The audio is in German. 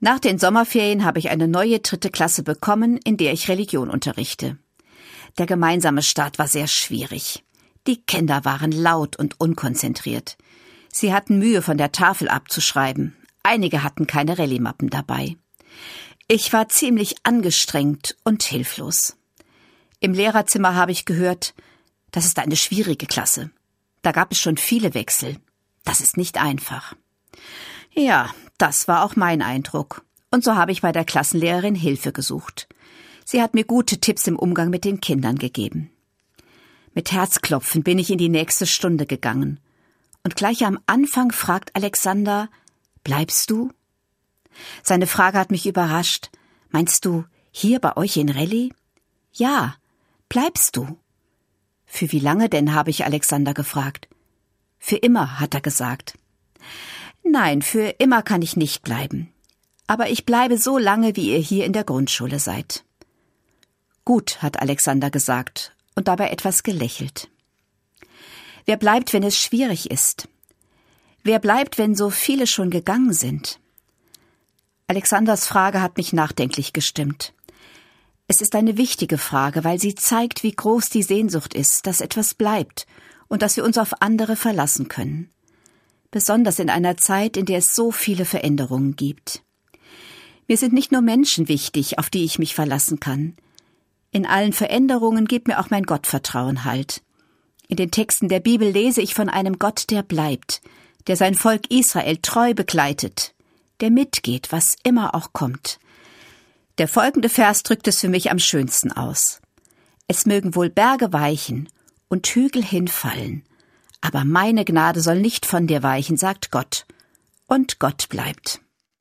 Nach den Sommerferien habe ich eine neue 3. Klasse bekommen, in der ich Religion unterrichte. Der gemeinsame Start war sehr schwierig. Die Kinder waren laut und unkonzentriert. Sie hatten Mühe, von der Tafel abzuschreiben. Einige hatten keine Rallye-Mappen dabei. Ich war ziemlich angestrengt und hilflos. Im Lehrerzimmer habe ich gehört, das ist eine schwierige Klasse. Da gab es schon viele Wechsel. Das ist nicht einfach. Ja, das war auch mein Eindruck. Und so habe ich bei der Klassenlehrerin Hilfe gesucht. Sie hat mir gute Tipps im Umgang mit den Kindern gegeben. Mit Herzklopfen bin ich in die nächste Stunde gegangen. Und gleich am Anfang fragt Alexander, bleibst du? Seine Frage hat mich überrascht. Meinst du, hier bei euch in Rallye? Ja, bleibst du? Für wie lange denn, habe ich Alexander gefragt. Für immer, hat er gesagt. Nein, für immer kann ich nicht bleiben. Aber ich bleibe so lange, wie ihr hier in der Grundschule seid. Gut, hat Alexander gesagt und dabei etwas gelächelt. Wer bleibt, wenn es schwierig ist? Wer bleibt, wenn so viele schon gegangen sind? Alexanders Frage hat mich nachdenklich gestimmt. Es ist eine wichtige Frage, weil sie zeigt, wie groß die Sehnsucht ist, dass etwas bleibt und dass wir uns auf andere verlassen können. Besonders in einer Zeit, in der es so viele Veränderungen gibt. Mir sind nicht nur Menschen wichtig, auf die ich mich verlassen kann. In allen Veränderungen gibt mir auch mein Gottvertrauen Halt. In den Texten der Bibel lese ich von einem Gott, der bleibt, der sein Volk Israel treu begleitet, der mitgeht, was immer auch kommt. Der folgende Vers drückt es für mich am schönsten aus. Es mögen wohl Berge weichen und Hügel hinfallen, aber meine Gnade soll nicht von dir weichen, sagt Gott, und Gott bleibt.